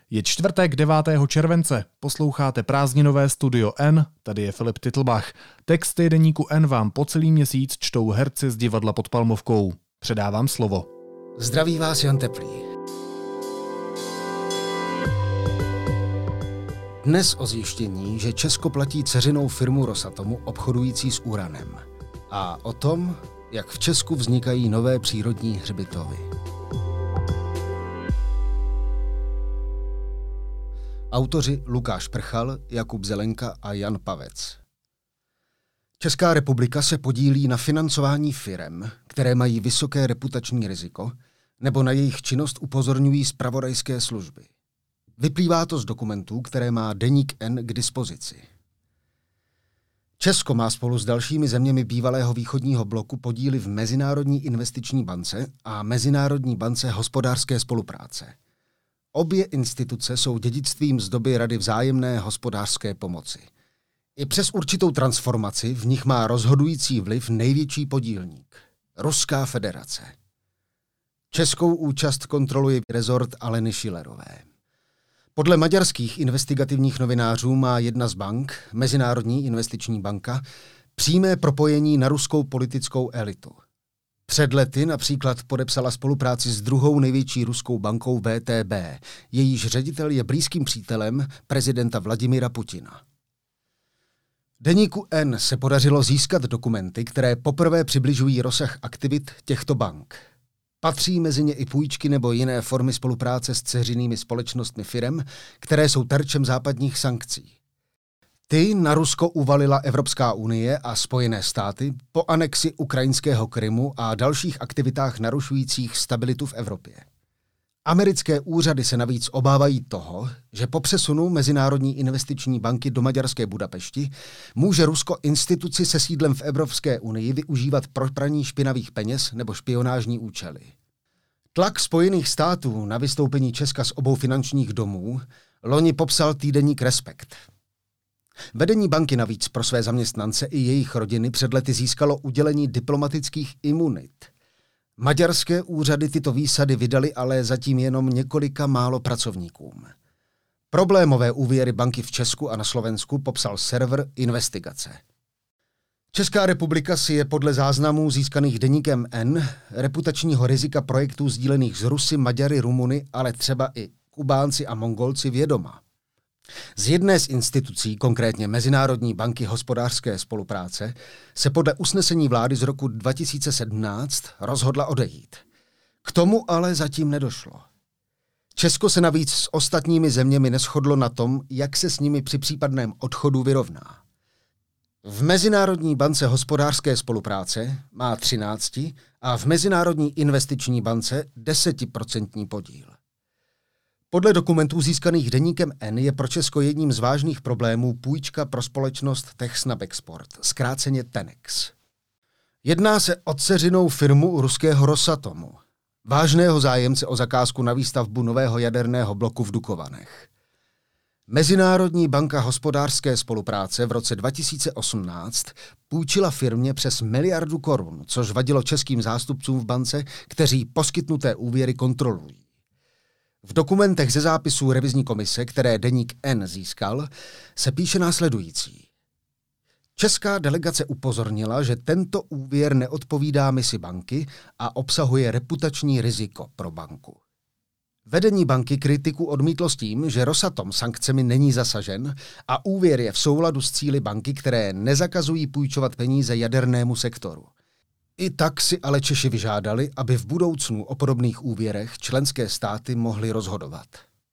Je čtvrtek 9. července, posloucháte prázdninové Studio N, tady je Filip Titlbach. Texty deníku N vám po celý měsíc čtou herci z divadla Pod Palmovkou. Předávám slovo. Zdraví vás Jan Teplý. Dnes o zjištění, že Česko platí dceřinou firmu Rosatomu obchodující s uranem. A o tom, jak v Česku vznikají nové přírodní hřbitovy. Autoři Lukáš Prchal, Jakub Zelenka a Jan Pavec. Česká republika se podílí na financování firem, které mají vysoké reputační riziko, nebo na jejich činnost upozorňují zpravodajské služby. Vyplývá to z dokumentů, které má deník N k dispozici. Česko má spolu s dalšími zeměmi bývalého východního bloku podíly v Mezinárodní investiční bance a Mezinárodní bance hospodářské spolupráce. Obě instituce jsou dědictvím z doby Rady vzájemné hospodářské pomoci. I přes určitou transformaci v nich má rozhodující vliv největší podílník – Ruská federace. Českou účast kontroluje rezort Aleny Schillerové. Podle maďarských investigativních novinářů má jedna z bank, Mezinárodní investiční banka, přímé propojení na ruskou politickou elitu. Před lety například podepsala spolupráci s druhou největší ruskou bankou VTB. Jejíž ředitel je blízkým přítelem prezidenta Vladimira Putina. Deníku N se podařilo získat dokumenty, které poprvé přibližují rozsah aktivit těchto bank. Patří mezi ně i půjčky nebo jiné formy spolupráce s dceřinými společnostmi firem, které jsou terčem západních sankcí. Ty na Rusko uvalila Evropská unie a Spojené státy po anexi ukrajinského Krymu a dalších aktivitách narušujících stabilitu v Evropě. Americké úřady se navíc obávají toho, že po přesunu Mezinárodní investiční banky do maďarské Budapešti může Rusko instituci se sídlem v Evropské unii využívat pro praní špinavých peněz nebo špionážní účely. Tlak Spojených států na vystoupení Česka z obou finančních domů loni popsal týdeník Respekt. Vedení banky navíc pro své zaměstnance i jejich rodiny před lety získalo udělení diplomatických imunit. Maďarské úřady tyto výsady vydaly ale zatím jenom několika málo pracovníkům. Problémové úvěry banky v Česku a na Slovensku popsal server Investigace. Česká republika si je podle záznamů získaných deníkem N reputačního rizika projektů sdílených s Rusy, Maďary, Rumuny, ale třeba i Kubánci a Mongolci vědoma. Z jedné z institucí, konkrétně Mezinárodní banky hospodářské spolupráce, se podle usnesení vlády z roku 2017 rozhodla odejít. K tomu ale zatím nedošlo. Česko se navíc s ostatními zeměmi neshodlo na tom, jak se s nimi při případném odchodu vyrovná. V Mezinárodní bance hospodářské spolupráce má 13 a v Mezinárodní investiční bance 10% podíl. Podle dokumentů získaných deníkem N je pro Česko jedním z vážných problémů půjčka pro společnost Techsnab Export, zkráceně Tenex. Jedná se o dceřinou firmu ruského Rosatomu, vážného zájemce o zakázku na výstavbu nového jaderného bloku v Dukovanech. Mezinárodní banka hospodářské spolupráce v roce 2018 půjčila firmě přes 1 miliardu korun, což vadilo českým zástupcům v bance, kteří poskytnuté úvěry kontrolují. V dokumentech ze zápisů revizní komise, které deník N získal, se píše následující. Česká delegace upozornila, že tento úvěr neodpovídá misi banky a obsahuje reputační riziko pro banku. Vedení banky kritiku odmítlo s tím, že Rosatom sankcemi není zasažen a úvěr je v souladu s cíli banky, které nezakazují půjčovat peníze jadernému sektoru. I tak si ale Češi vyžádali, aby v budoucnu o podobných úvěrech členské státy mohly rozhodovat.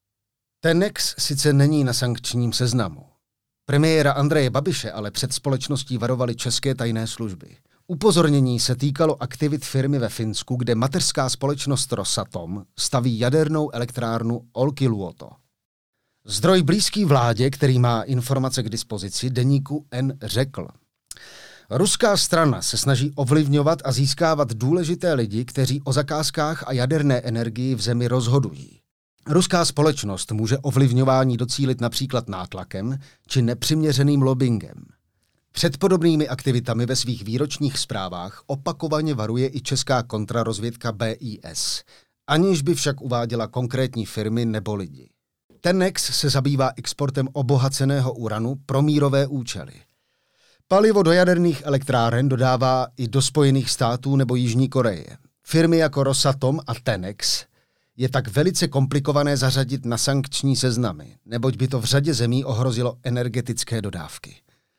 Tenex sice není na sankčním seznamu. Premiéra Andreje Babiše ale před společností varovaly české tajné služby. Upozornění se týkalo aktivit firmy ve Finsku, kde mateřská společnost Rosatom staví jadernou elektrárnu Olkiluoto. Zdroj blízký vládě, který má informace k dispozici, deníku N řekl: Ruská strana se snaží ovlivňovat a získávat důležité lidi, kteří o zakázkách a jaderné energii v zemi rozhodují. Ruská společnost může ovlivňování docílit například nátlakem či nepřiměřeným lobbingem. Před podobnými aktivitami ve svých výročních zprávách opakovaně varuje i česká kontrarozvědka BIS, aniž by však uváděla konkrétní firmy nebo lidi. Tenex se zabývá exportem obohaceného uranu pro mírové účely. Palivo do jaderných elektráren dodává i do Spojených států nebo Jižní Koreje. Firmy jako Rosatom a Tenex je tak velice komplikované zařadit na sankční seznamy, neboť by to v řadě zemí ohrozilo energetické dodávky.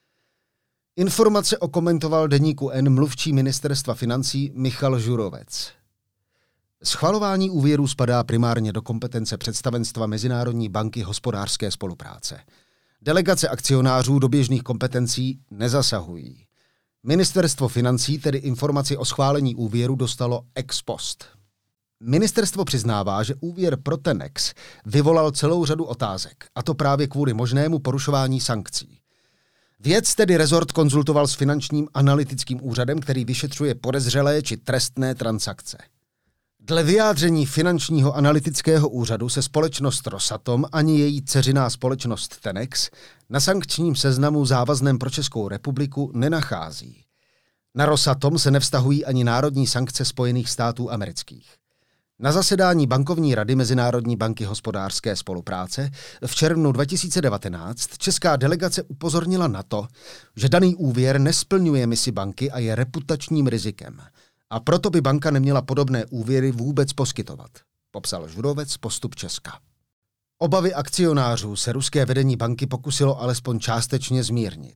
Informace okomentoval deníku N mluvčí ministerstva financí Michal Žurovec. Schvalování úvěrů spadá primárně do kompetence představenstva Mezinárodní banky hospodářské spolupráce. Delegace akcionářů do běžných kompetencí nezasahují. Ministerstvo financí tedy informaci o schválení úvěru dostalo ex post. Ministerstvo přiznává, že úvěr pro Tenex vyvolal celou řadu otázek, a to právě kvůli možnému porušování sankcí. Věc tedy rezort konzultoval s finančním analytickým úřadem, který vyšetřuje podezřelé či trestné transakce. Dle vyjádření finančního analytického úřadu se společnost Rosatom ani její dceřiná společnost Tenex na sankčním seznamu závazném pro Českou republiku nenachází. Na Rosatom se nevztahují ani národní sankce Spojených států amerických. Na zasedání bankovní rady Mezinárodní banky hospodářské spolupráce v červnu 2019 česká delegace upozornila na to, že daný úvěr nesplňuje misi banky a je reputačním rizikem. A proto by banka neměla podobné úvěry vůbec poskytovat, popsal Žurovec postup Česka. Obavy akcionářů se ruské vedení banky pokusilo alespoň částečně zmírnit.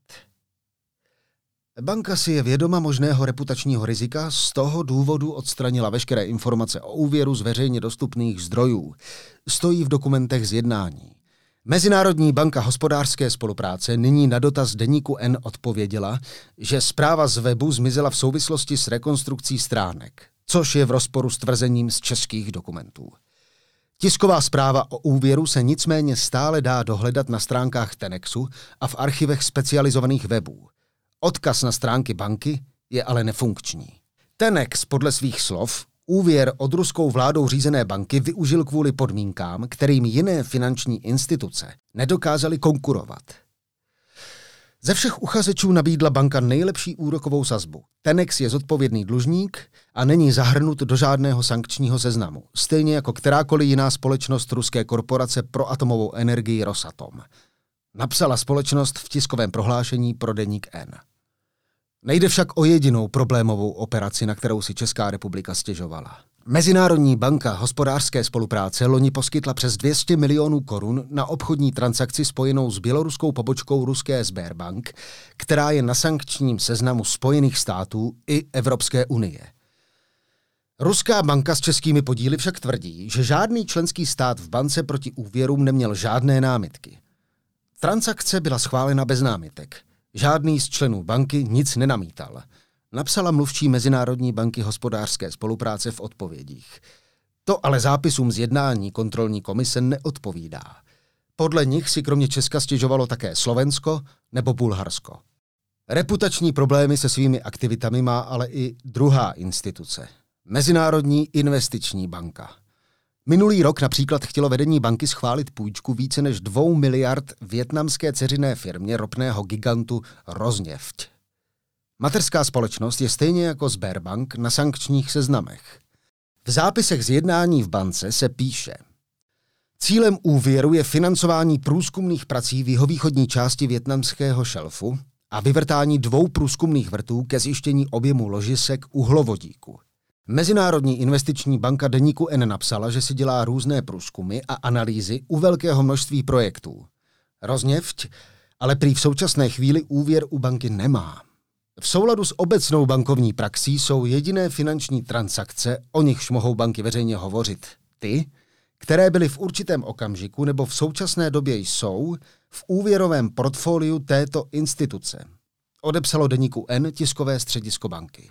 Banka si je vědoma možného reputačního rizika, z toho důvodu odstranila veškeré informace o úvěru z veřejně dostupných zdrojů. Stojí v dokumentech z jednání. Mezinárodní banka hospodářské spolupráce nyní na dotaz deníku N odpověděla, že zpráva z webu zmizela v souvislosti s rekonstrukcí stránek, což je v rozporu s tvrzením z českých dokumentů. Tisková zpráva o úvěru se nicméně stále dá dohledat na stránkách Tenexu a v archivech specializovaných webů. Odkaz na stránky banky je ale nefunkční. Tenex podle svých slov úvěr od ruskou vládou řízené banky využil kvůli podmínkám, kterým jiné finanční instituce nedokázaly konkurovat. Ze všech uchazečů nabídla banka nejlepší úrokovou sazbu. Tenex je zodpovědný dlužník a není zahrnut do žádného sankčního seznamu, stejně jako kterákoliv jiná společnost ruské korporace pro atomovou energii Rosatom. Napsala společnost v tiskovém prohlášení pro deník N. Nejde však o jedinou problémovou operaci, na kterou si Česká republika stěžovala. Mezinárodní banka hospodářské spolupráce loni poskytla přes 200 milionů korun na obchodní transakci spojenou s běloruskou pobočkou ruské Sberbank, která je na sankčním seznamu Spojených států i Evropské unie. Ruská banka s českými podíly však tvrdí, že žádný členský stát v bance proti úvěrům neměl žádné námitky. Transakce byla schválena bez námitek. Žádný z členů banky nic nenamítal, napsala mluvčí Mezinárodní banky hospodářské spolupráce v odpovědích. To ale zápisům z jednání kontrolní komise neodpovídá. Podle nich si kromě Česka stěžovalo také Slovensko nebo Bulharsko. Reputační problémy se svými aktivitami má ale i druhá instituce. Mezinárodní investiční banka. Minulý rok například chtělo vedení banky schválit půjčku více než 2 miliard vietnamské dceřiné firmě ropného gigantu Rosneft. Mateřská společnost je stejně jako Sberbank na sankčních seznamech. V zápisech z jednání v bance se píše: cílem úvěru je financování průzkumných prací v jihovýchodní části vietnamského šelfu a vyvrtání 2 průzkumných vrtů ke zjištění objemu ložisek uhlovodíku. Mezinárodní investiční banka deníku N napsala, že si dělá různé průzkumy a analýzy u velkého množství projektů. Rosneft ale prý v současné chvíli úvěr u banky nemá. V souladu s obecnou bankovní praxí jsou jediné finanční transakce, o nichž mohou banky veřejně hovořit, ty, které byly v určitém okamžiku nebo v současné době jsou v úvěrovém portfoliu této instituce. Odepsalo deníku N tiskové středisko banky.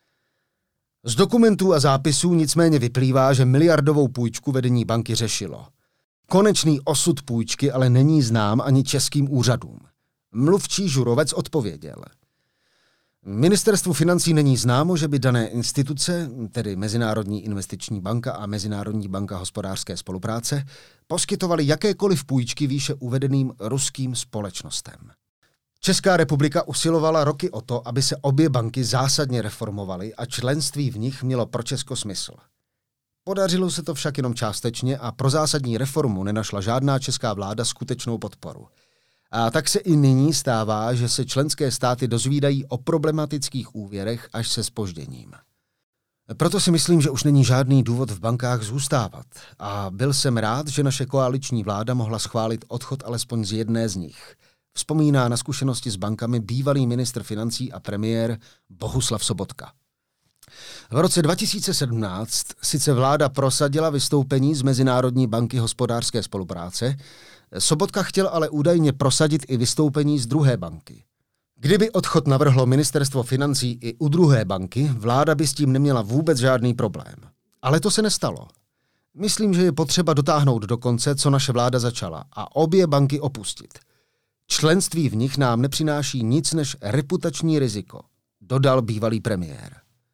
Z dokumentů a zápisů nicméně vyplývá, že miliardovou půjčku vedení banky řešilo. Konečný osud půjčky ale není znám ani českým úřadům. Mluvčí Žurovec odpověděl: Ministerstvu financí není známo, že by dané instituce, tedy Mezinárodní investiční banka a Mezinárodní banka hospodářské spolupráce, poskytovaly jakékoliv půjčky výše uvedeným ruským společnostem. Česká republika usilovala roky o to, aby se obě banky zásadně reformovaly a členství v nich mělo pro Česko smysl. Podařilo se to však jenom částečně a pro zásadní reformu nenašla žádná česká vláda skutečnou podporu. A tak se i nyní stává, že se členské státy dozvídají o problematických úvěrech až se zpožděním. Proto si myslím, že už není žádný důvod v bankách zůstávat. A byl jsem rád, že naše koaliční vláda mohla schválit odchod alespoň z jedné z nich. Vzpomíná na zkušenosti s bankami bývalý ministr financí a premiér Bohuslav Sobotka. V roce 2017 sice vláda prosadila vystoupení z Mezinárodní banky hospodářské spolupráce, Sobotka chtěl ale údajně prosadit i vystoupení z druhé banky. Kdyby odchod navrhlo ministerstvo financí i u druhé banky, vláda by s tím neměla vůbec žádný problém. Ale to se nestalo. Myslím, že je potřeba dotáhnout do konce, co naše vláda začala, a obě banky opustit. Členství v nich nám nepřináší nic než reputační riziko, dodal bývalý premiér.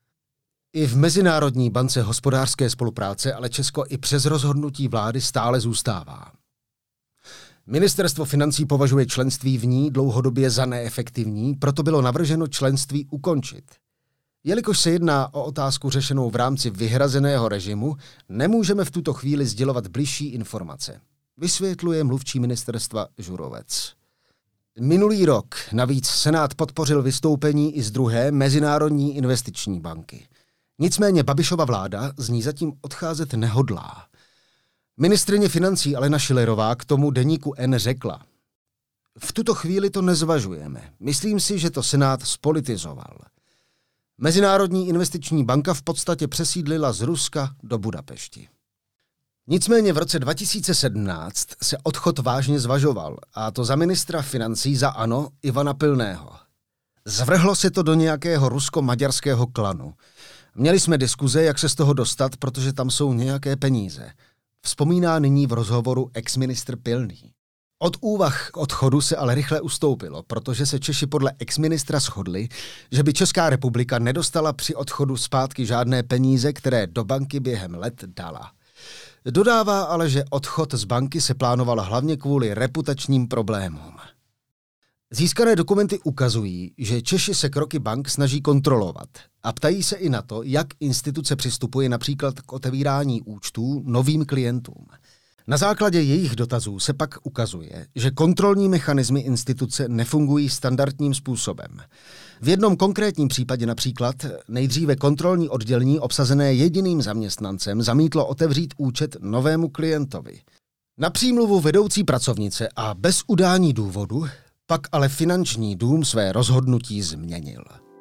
I v Mezinárodní bance hospodářské spolupráce ale Česko i přes rozhodnutí vlády stále zůstává. Ministerstvo financí považuje členství v ní dlouhodobě za neefektivní, proto bylo navrženo členství ukončit. Jelikož se jedná o otázku řešenou v rámci vyhrazeného režimu, nemůžeme v tuto chvíli sdělovat bližší informace, vysvětluje mluvčí ministerstva Žurovec. Minulý rok navíc Senát podpořil vystoupení i z druhé Mezinárodní investiční banky. Nicméně Babišova vláda z ní zatím odcházet nehodlá. Ministryně financí Alena Schillerová k tomu deníku N řekla: v tuto chvíli to nezvažujeme. Myslím si, že to Senát spolitizoval. Mezinárodní investiční banka v podstatě přesídlila z Ruska do Budapešti. Nicméně v roce 2017 se odchod vážně zvažoval, a to za ministra financí za ANO Ivana Pilného. Zvrhlo se to do nějakého rusko-maďarského klanu. Měli jsme diskuze, jak se z toho dostat, protože tam jsou nějaké peníze. Vzpomíná nyní v rozhovoru ex-ministr Pilný. Od úvah k odchodu se ale rychle ustoupilo, protože se Češi podle ex-ministra shodli, že by Česká republika nedostala při odchodu zpátky žádné peníze, které do banky během let dala. Dodává ale, že odchod z banky se plánoval hlavně kvůli reputačním problémům. Získané dokumenty ukazují, že Češi se kroky bank snaží kontrolovat a ptají se i na to, jak instituce přistupuje například k otevírání účtů novým klientům. Na základě jejich dotazů se pak ukazuje, že kontrolní mechanismy instituce nefungují standardním způsobem. V jednom konkrétním případě například nejdříve kontrolní oddělení obsazené jediným zaměstnancem zamítlo otevřít účet novému klientovi. Na přímluvu vedoucí pracovnice a bez udání důvodu pak ale finanční dům své rozhodnutí změnil.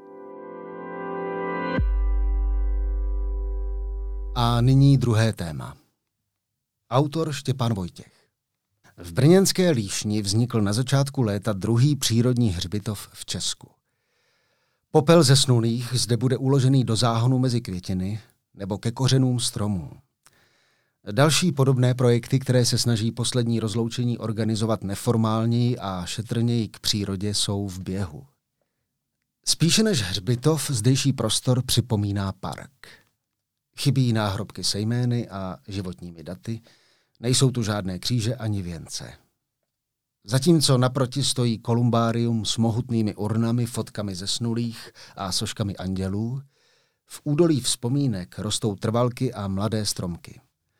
A nyní druhé téma. Autor Štěpán Vojtěch. V brněnské Líšni vznikl na začátku léta druhý přírodní hřbitov v Česku. Popel zesnulých zde bude uložený do záhonu mezi květiny nebo ke kořenům stromů. Další podobné projekty, které se snaží poslední rozloučení organizovat neformálněji a šetrněji k přírodě, jsou v běhu. Spíše než hřbitov zdejší prostor připomíná park. Chybí náhrobky se jmény a životními daty, nejsou tu žádné kříže ani věnce. Zatímco naproti stojí kolumbárium s mohutnými urnami, fotkami zesnulých a soškami andělů, v údolí vzpomínek rostou trvalky a mladé stromky.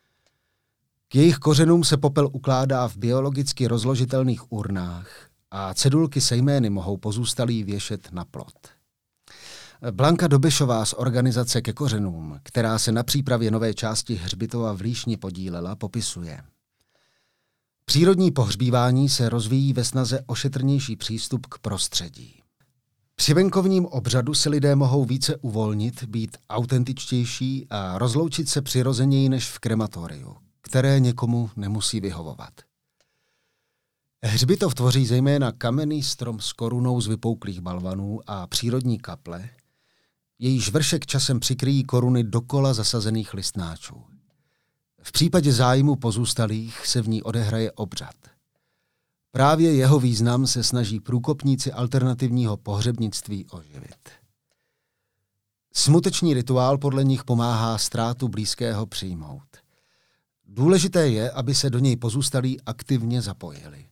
K jejich kořenům se popel ukládá v biologicky rozložitelných urnách a cedulky se jmény mohou pozůstalí věšet na plot. Blanka Dobešová z organizace Ke kořenům, která se na přípravě nové části hřbitova v Líšni podílela, popisuje: přírodní pohřbívání se rozvíjí ve snaze o šetrnější přístup k prostředí. Při venkovním obřadu se lidé mohou více uvolnit, být autentičtější a rozloučit se přirozeněji než v krematoriu, které někomu nemusí vyhovovat. Hřbitov tvoří zejména kamenný strom s korunou z vypouklých balvanů a přírodní kaple, jejíž vršek časem přikryjí koruny dokola zasazených listnáčů. V případě zájmu pozůstalých se v ní odehraje obřad. Právě jeho význam se snaží průkopníci alternativního pohřebnictví oživit. Smuteční rituál podle nich pomáhá ztrátu blízkého přijmout. Důležité je, aby se do něj pozůstalí aktivně zapojili.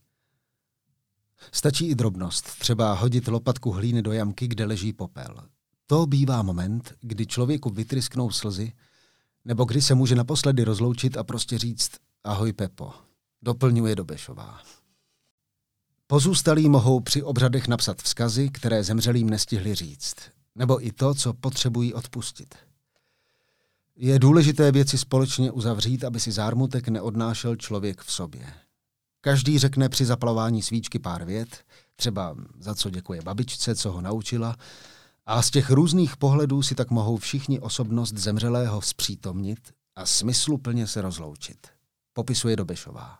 Stačí i drobnost, třeba hodit lopatku hlíny do jamky, kde leží popel. To bývá moment, kdy člověku vytrysknou slzy, Nebo kdy se může naposledy rozloučit a prostě říct ahoj Pepo, doplňuje Dobešová. Pozůstalí mohou při obřadech napsat vzkazy, které zemřelým nestihli říct, nebo i to, co potřebují odpustit. Je důležité věci společně uzavřít, aby si zármutek neodnášel člověk v sobě. Každý řekne při zapalování svíčky pár vět, třeba za co děkuje babičce, co ho naučila, a z těch různých pohledů si tak mohou všichni osobnost zemřelého vzpřítomnit a smysluplně se rozloučit, popisuje Dobešová.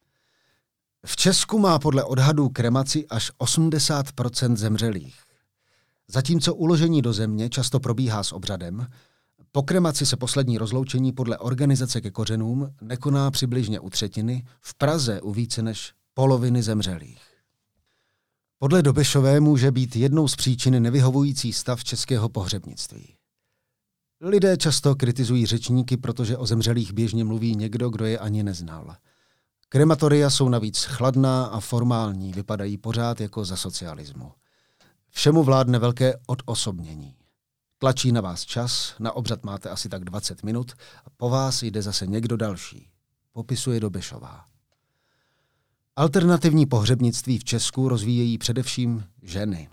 V Česku má podle odhadů kremaci až 80% zemřelých. Zatímco uložení do země často probíhá s obřadem, po kremaci se poslední rozloučení podle Organizace ke kořenům nekoná přibližně u třetiny, v Praze u více než poloviny zemřelých. Podle Dobešové může být jednou z příčin nevyhovující stav českého pohřebnictví. Lidé často kritizují řečníky, protože o zemřelých běžně mluví někdo, kdo je ani neznal. Krematoria jsou navíc chladná a formální, vypadají pořád jako za socialismu. Všemu vládne velké odosobnění. Tlačí na vás čas, na obřad máte asi tak 20 minut a po vás jde zase někdo další, popisuje Dobešová. Alternativní pohřebnictví v Česku rozvíjejí především ženy.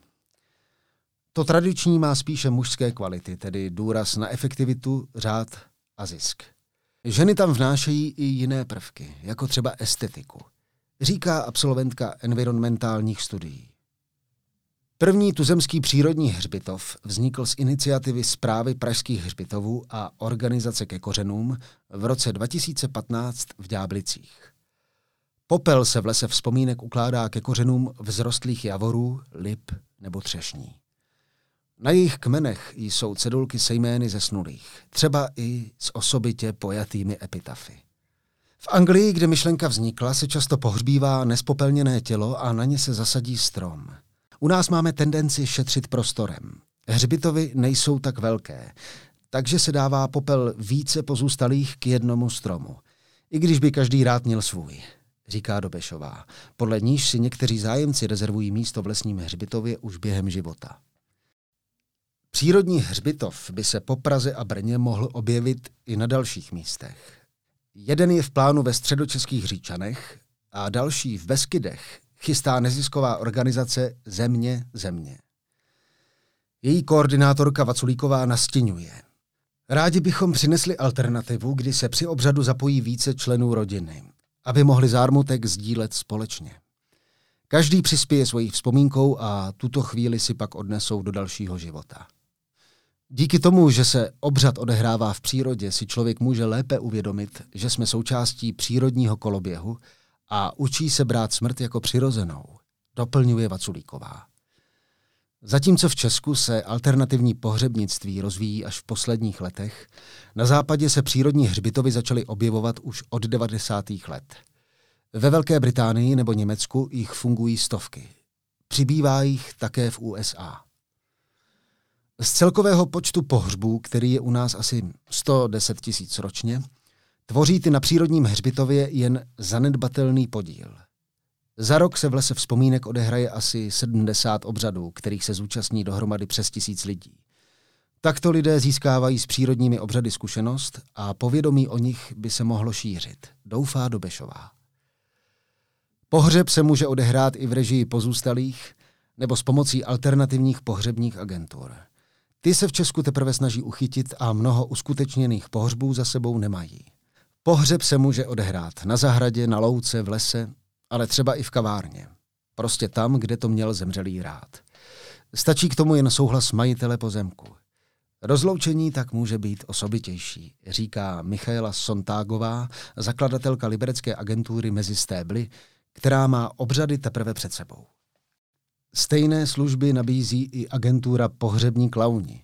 To tradiční má spíše mužské kvality, tedy důraz na efektivitu, řád a zisk. Ženy tam vnášejí i jiné prvky, jako třeba estetiku, říká absolventka environmentálních studií. První tuzemský přírodní hřbitov vznikl z iniciativy Správy pražských hřbitovů a Organizace ke kořenům v roce 2015 v Ďáblicích. Popel se v lese vzpomínek ukládá ke kořenům vzrostlých javorů, lip nebo třešní. Na jejich kmenech jsou cedulky se jmény zesnulých, třeba i s osobitě pojatými epitafy. V Anglii, kde myšlenka vznikla, se často pohřbívá nespopelněné tělo a na ně se zasadí strom. U nás máme tendenci šetřit prostorem. Hřbitovy nejsou tak velké, takže se dává popel více pozůstalých k jednomu stromu. I když by každý rád měl svůj, říká Dobešová, podle níž si někteří zájemci rezervují místo v lesním hřbitově už během života. Přírodní hřbitov by se po Praze a Brně mohl objevit i na dalších místech. Jeden je v plánu ve středočeských Říčanech a další v Beskydech chystá nezisková organizace Země. Její koordinátorka Vaculíková nastěňuje. Rádi bychom přinesli alternativu, kdy se při obřadu zapojí více členů rodiny, aby mohli zármutek sdílet společně. Každý přispěje svojí vzpomínkou a tuto chvíli si pak odnesou do dalšího života. Díky tomu, že se obřad odehrává v přírodě, si člověk může lépe uvědomit, že jsme součástí přírodního koloběhu a učí se brát smrt jako přirozenou, doplňuje Vaculíková. Zatímco v Česku se alternativní pohřebnictví rozvíjí až v posledních letech, na západě se přírodní hřbitovy začaly objevovat už od 90. let. Ve Velké Británii nebo Německu jich fungují stovky. Přibývá jich také v USA. Z celkového počtu pohřbů, který je u nás asi 110 000 ročně, tvoří ty na přírodním hřbitově jen zanedbatelný podíl. Za rok se v lese vzpomínek odehraje asi 70 obřadů, kterých se zúčastní dohromady přes 1000 lidí. Takto lidé získávají s přírodními obřady zkušenost a povědomí o nich by se mohlo šířit, doufá Dobešová. Pohřeb se může odehrát i v režii pozůstalých nebo s pomocí alternativních pohřebních agentur. Ty se v Česku teprve snaží uchytit a mnoho uskutečněných pohřbů za sebou nemají. Pohřeb se může odehrát na zahradě, na louce, v lese, ale třeba i v kavárně. Prostě tam, kde to měl zemřelý rád. Stačí k tomu jen souhlas majitele pozemku. Rozloučení tak může být osobitější, říká Michaela Sontágová, zakladatelka liberecké agentury Mezi stébly, která má obřady teprve před sebou. Stejné služby nabízí i agentura Pohřební klauni.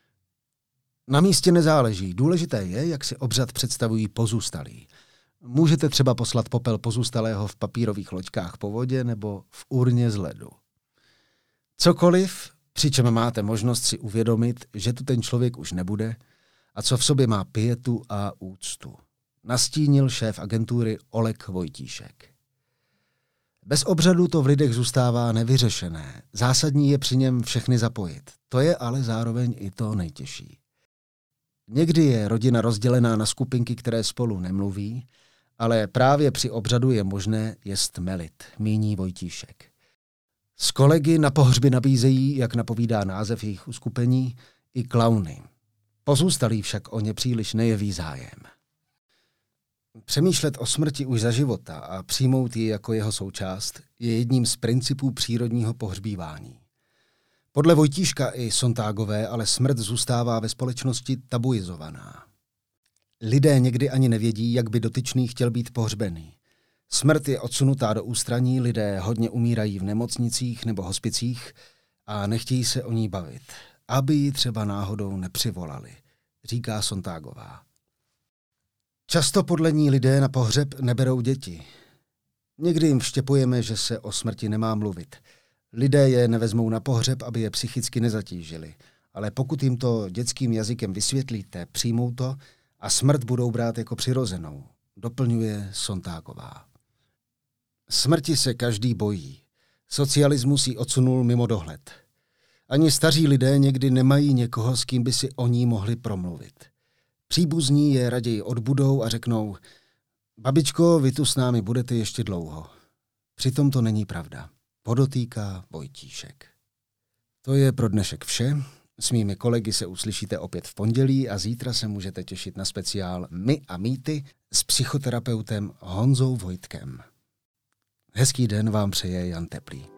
Na místě nezáleží, důležité je, jak si obřad představují pozůstalí. Můžete třeba poslat popel pozůstalého v papírových loďkách po vodě nebo v urně z ledu. Cokoliv, přičem máte možnost si uvědomit, že tu ten člověk už nebude a co v sobě má pietu a úctu, nastínil šéf agentury Oleg Vojtíšek. Bez obřadu to v lidech zůstává nevyřešené. Zásadní je při něm všechny zapojit. To je ale zároveň i to nejtěžší. Někdy je rodina rozdělená na skupinky, které spolu nemluví, ale právě při obřadu je možné je stmelit, míní Vojtíšek. S kolegy na pohřby nabízejí, jak napovídá název jejich uskupení, i klauny. Pozůstalí však o ně příliš nejeví zájem. Přemýšlet o smrti už za života a přijmout ji jako jeho součást je jedním z principů přírodního pohřbívání. Podle Vojtíška i Sontágové ale smrt zůstává ve společnosti tabuizovaná. Lidé někdy ani nevědí, jak by dotyčný chtěl být pohřbený. Smrt je odsunutá do ústraní, lidé hodně umírají v nemocnicích nebo hospicích a nechtějí se o ní bavit, aby ji třeba náhodou nepřivolali, říká Sontágová. Často podle ní lidé na pohřeb neberou děti. Někdy jim vštěpujeme, že se o smrti nemá mluvit. Lidé je nevezmou na pohřeb, aby je psychicky nezatížili, ale pokud jim to dětským jazykem vysvětlíte, přijmou to a smrt budou brát jako přirozenou, doplňuje Sontágová. Smrti se každý bojí. Socialismus ji odsunul mimo dohled. Ani staří lidé někdy nemají někoho, s kým by si o ní mohli promluvit. Příbuzní je raději odbudou a řeknou: babičko, vy tu s námi budete ještě dlouho. Přitom to není pravda, podotýká Vojtíšek. To je pro dnešek vše. S mými kolegy se uslyšíte opět v pondělí a zítra se můžete těšit na speciál My a mýty s psychoterapeutem Honzou Vojtkem. Hezký den vám přeje Jan Teplý.